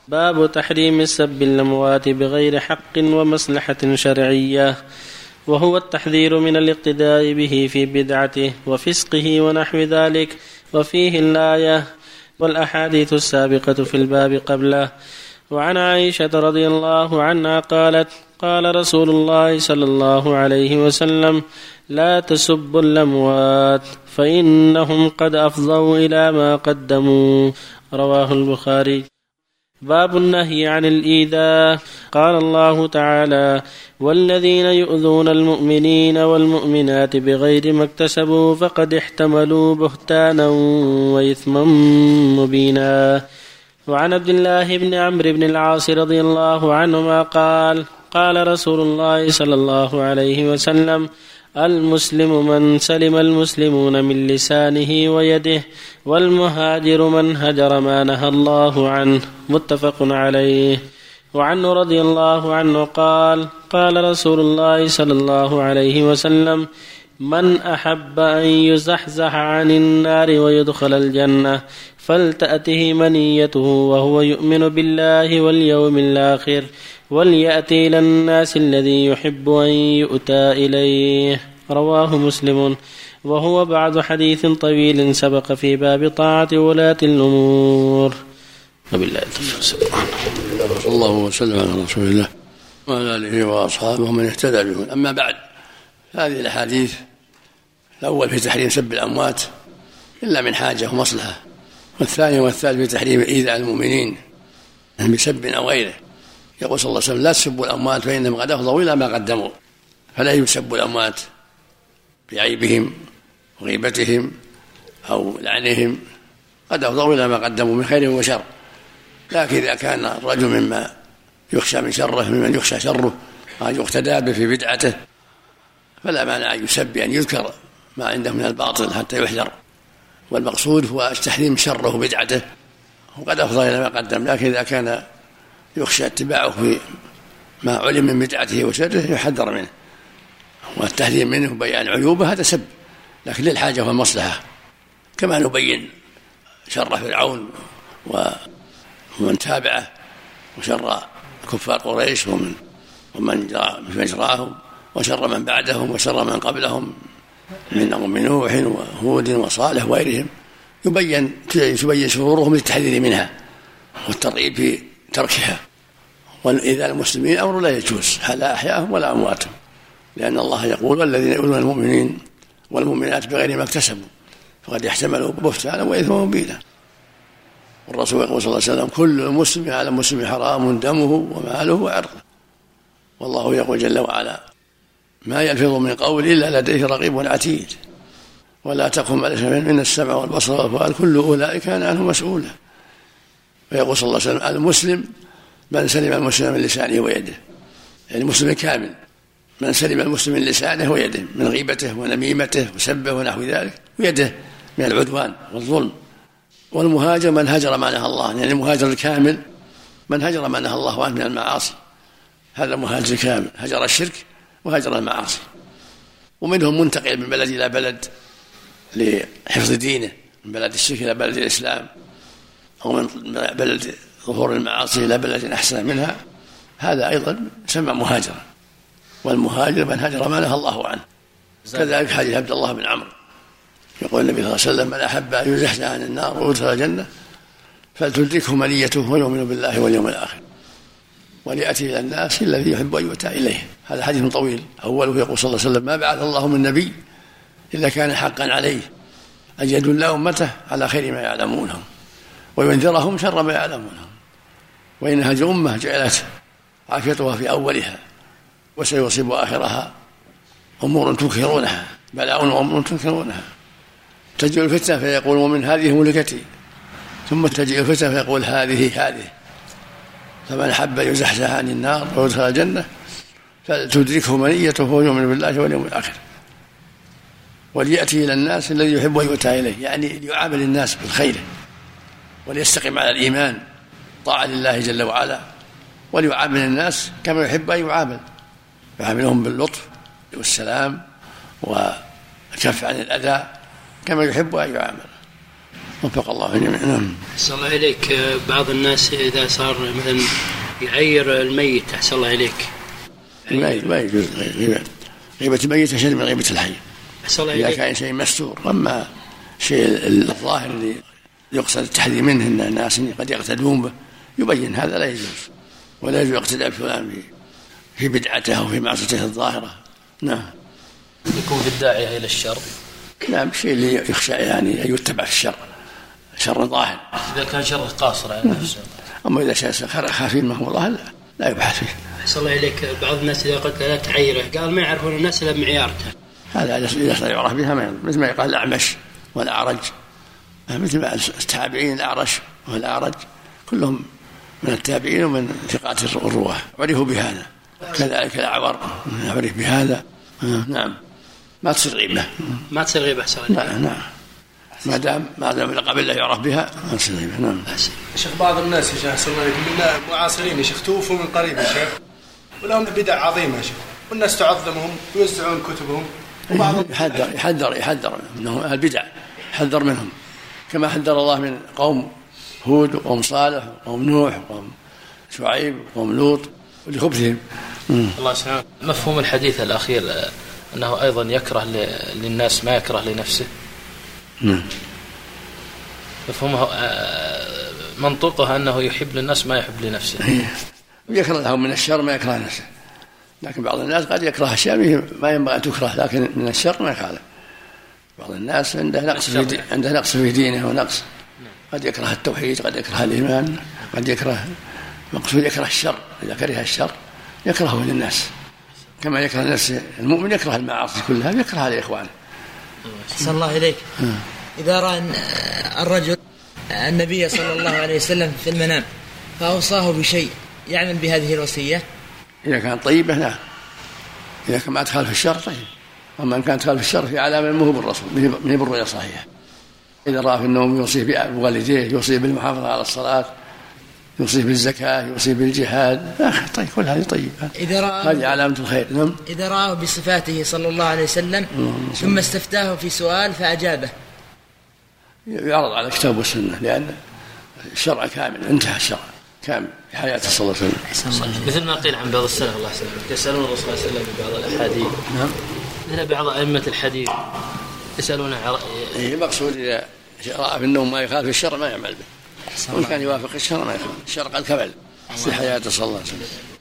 باب تحريم سب الأموات بغير حق ومصلحة شرعية، وهو التحذير من الاقتداء به في بدعته وفسقه ونحو ذلك، وفيه الآية والأحاديث السابقة في الباب قبله. وعن عائشة رضي الله عنها قالت: قال رسول الله صلى الله عليه وسلم: لا تسبوا الأموات فإنهم قد أفضوا إلى ما قدموا. رواه البخاري. باب النهي عن الإيذاء. قال الله تعالى: والذين يؤذون المؤمنين والمؤمنات بغير ما اكتسبوا فقد احتملوا بهتانا وإثما مبينا. وعن عبد الله بن عمرو بن العاص رضي الله عنهما قال: قال رسول الله صلى الله عليه وسلم: المسلم من سلم المسلمون من لسانه ويده، والمهاجر من هجر ما نهى الله عنه. متفق عليه. وعنه رضي الله عنه قال: قال رسول الله صلى الله عليه وسلم: من أحب أن يزحزح عن النار ويدخل الجنة فلتأته منيته وهو يؤمن بالله واليوم الآخر، وليأتي إلى الناس الذي يحب أن يؤتى إليه. رواه مسلم. وهو بعد حديث طويل سبق في باب طاعة ولاة الأمور. وبالله التوفيق. صلى الله وسلم على رسول الله وعلى آله وأصحابه ومن اهتدى بهم. أما بعد، هذه الأحاديث الأول في تحريم سب الأموات إلا من حاجة ومصلحة، والثاني والثالث في تحريم إيذاء المؤمنين بسب أو غيره. يقول صلى الله عليه وسلم: لا تسبوا الأموات فإنهم قد أفضوا إلى ما قدموا. فلا يسب الأموات بعيبهم وغيبتهم أو لعنهم، قد أفضوا إلى ما قدموا من خير وشر. لكن إذا كان الرجل مما يخشى من شره، ممن يخشى شره أن يقتدى به في بدعته، فلا مانع أن يسب، أن يذكر ما عنده من الباطل حتى يحذر. والمقصود هو تحريم شره وبدعته، وقد أفضى إلى ما قدم. لكن إذا كان يخشى اتباعه في ما علم من بدعته وشره يحذر منه، والتحذير منه وبيان عيوبه هذا سب، لكن للحاجة والمصلحة، كما نبين شر فرعون ومن تابعه وشر كفار قريش ومن جرى بمجراهم، وشر من بعدهم وشر من قبلهم من نوح وهود وصالح وغيرهم، يبين شرورهم للتحذير منها والترغيب في تركها. وإذا المسلمين أمر لا يجوز، لا أحياهم ولا أمواتهم، لأن الله يقول: والذين يؤذون المؤمنين والمؤمنات بغير ما اكتسبوا فقد احتملوا بهتانا وإثما مبينا. والرسول يقول صلى الله عليه وسلم: كل مسلم على مسلم حرام دمه وماله وعرضه. والله يقول جل وعلا: ما يلفظ من قول إلا لديه رقيب عتيد، ولا تقم على شيء من السمع والبصر والفؤاد كل أولئك كان عنه مسؤولا. ويقول صلى الله عليه وسلم: المسلم من سلم المسلم من لسانه ويده، يعني مسلم كامل، من سلم المسلم من لسانه ويده من غيبته ونميمته وسبه ونحو ذلك، ويده من العدوان والظلم. والمهاجر من هجر ما نهى الله، يعني المهاجر الكامل من هجر ما نهى الله عنه من المعاصي، هذا مهاجر كامل، هجر الشرك وهجر المعاصي. ومنهم منتقل من بلد إلى بلد لحفظ دينه، من بلد الشرك إلى بلد الإسلام، أو من بلد ظهور المعاصي إلى بلد أحسن منها، هذا أيضا يسمى مهاجرا. والمهاجر من هجر ما نهى الله عنه. كذلك حديث عبد الله بن عمرو يقول النبي صلى الله عليه وسلم: من أحب أن يزحزح عن النار ويدخل الجنة فلتدركه منيته ويؤمن بالله واليوم الآخر، وليأتي إلى الناس الذي يحب أن يؤتى إليه. هذا حديث طويل. أوله يقول صلى الله عليه وسلم: ما بعث الله من نبي إلا كان حقا عليه أن يدل أمته على خير ما يعلمونه وينذرهم شر ما يعلمونه، وإن هذه الأمة جعلت عافيتها في أولها وسيصيب آخرها أمور تنكرونها، بلاء وأمور تنكرونها. تجيء الفتنة فيقول: ومن هذه ملكتي، ثم تجيء الفتنة فيقول: هذه. فمن أحب يزحزح عن النار ويدخل الجنة فلتدركه منيته ويؤمن بالله واليوم الآخر، وليأتي إلى الناس الذي يحب أن يؤتى إليه، يعني ليعامل الناس بالخير وليستقيم على الإيمان طاعة لله جل وعلا، وليعامل الناس كما يحب أن يعاملهم باللطف والسلام والكف عن الأذى كما يحب أن يعامل. وفق الله جميعا. نعم. أحسن الله إليك. بعض الناس إذا صار مثلا يعير الميت، أحسن الله إليك، ما يجوز غيبة الميت أشد من غيبة الحي إذا كان شيء مستور. أما شيء الظاهر اللي يقصد التحذير منه أن الناس قد يقتدون به يبين هذا لا يجوز، ولا يجوز اقتداء بفلان في بدعته أو في معصيته الظاهرة. نعم. يكون في الداعية إلى الشر. نعم، الشيء اللي يخشى يعني أن يتبع في الشر، شر ظاهر. إذا كان شر قاصر على نفسه. أما إذا شيء خفيف ما هو ظاهر لا يبحث فيه. أحسن الله إليك. بعض الناس إذا قلت لا تعيره قال ما يعرفون الناس إلا بمعيارته. هذا إذا يعرف بها ما مثل ما يقال الأعمش والأعرج، مثل ما التابعين الأعرج والأعرج كلهم من التابعين ومن ثقات الرواه عرفوا بهذا، كذلك الأعور عرف بهذا. نعم. ما تصير غيبة. ما تصير غيبة. أحسن الله. نعم. ما دام القبل الله يعرف بها ما تصير غيبة. نعم. شيخ بعض الناس يا شيخ أحسن الله من معاصرين يا شيخ توفوا من قريب يا شيخ ولهم بدع عظيمة يا شيخ، والناس تعظمهم ويوزعون كتبهم. يحذر منهم البدع، يحذر منهم كما حذر الله من قوم هود وقوم صالح وقوم نوح وقوم شعيب وقوم لوط ولخبثهم. الله سبحانه. مفهوم الحديث الأخير أنه أيضا يكره للناس ما يكره لنفسه. مفهومه منطوقه أنه يحب للناس ما يحب لنفسه. يكره لهم من الشر ما يكره نفسه، لكن بعض الناس قد يكره أشياء ما ينبغي أن تكره، لكن من الشر ما يخالف. بعض الناس عنده نقص في دينه ونقص، قد يكره التوحيد، قد يكره الإيمان، قد يكره مقصود يكره الشر. إذا كره الشر يكرهه للناس كما يكره نفسه. المؤمن يكره المعاصي كلها يكرهها لإخوانه. أحسن الله إليك. إذا رأى الرجل النبي صلى الله عليه وسلم في المنام فأوصاه بشيء يعمل بهذه الوصية؟ إذا كان طيبة لا، إذا كان ما أدخل في الشر طيب. أما إن كان أدخل في الشر في علامة منه بالرسول من بالرؤيا صحيحة. إذا رأى في النوم يوصي بوالديه، يوصي بالمحافظة على الصلاة، يوصي بالزكاة، يوصي بالجهاد، طيب كل هذه طيبة، هذه علامة الخير. نعم. إذا رآه بصفاته صلى الله عليه وسلم ثم استفتاه في سؤال فأجابه يعرض على الكتاب والسنة، لأن الشرع كامل، انتهى الشرع كامل في حياته صلى الله عليه وسلم. مثل ما قيل عن بعض السلف الله يسلمك يسألون الرسول صلى الله عليه وسلم ببعض الأحاديث. نعم. مثل بعض أئمة الحديث يسألون المقصود إذا رأى في النوم ما يخالف الشرع ما يعمل به، وإن كان يوافق الشرع ما يخالف الشرع قد كمل في حياته صلى الله عليه وسلم.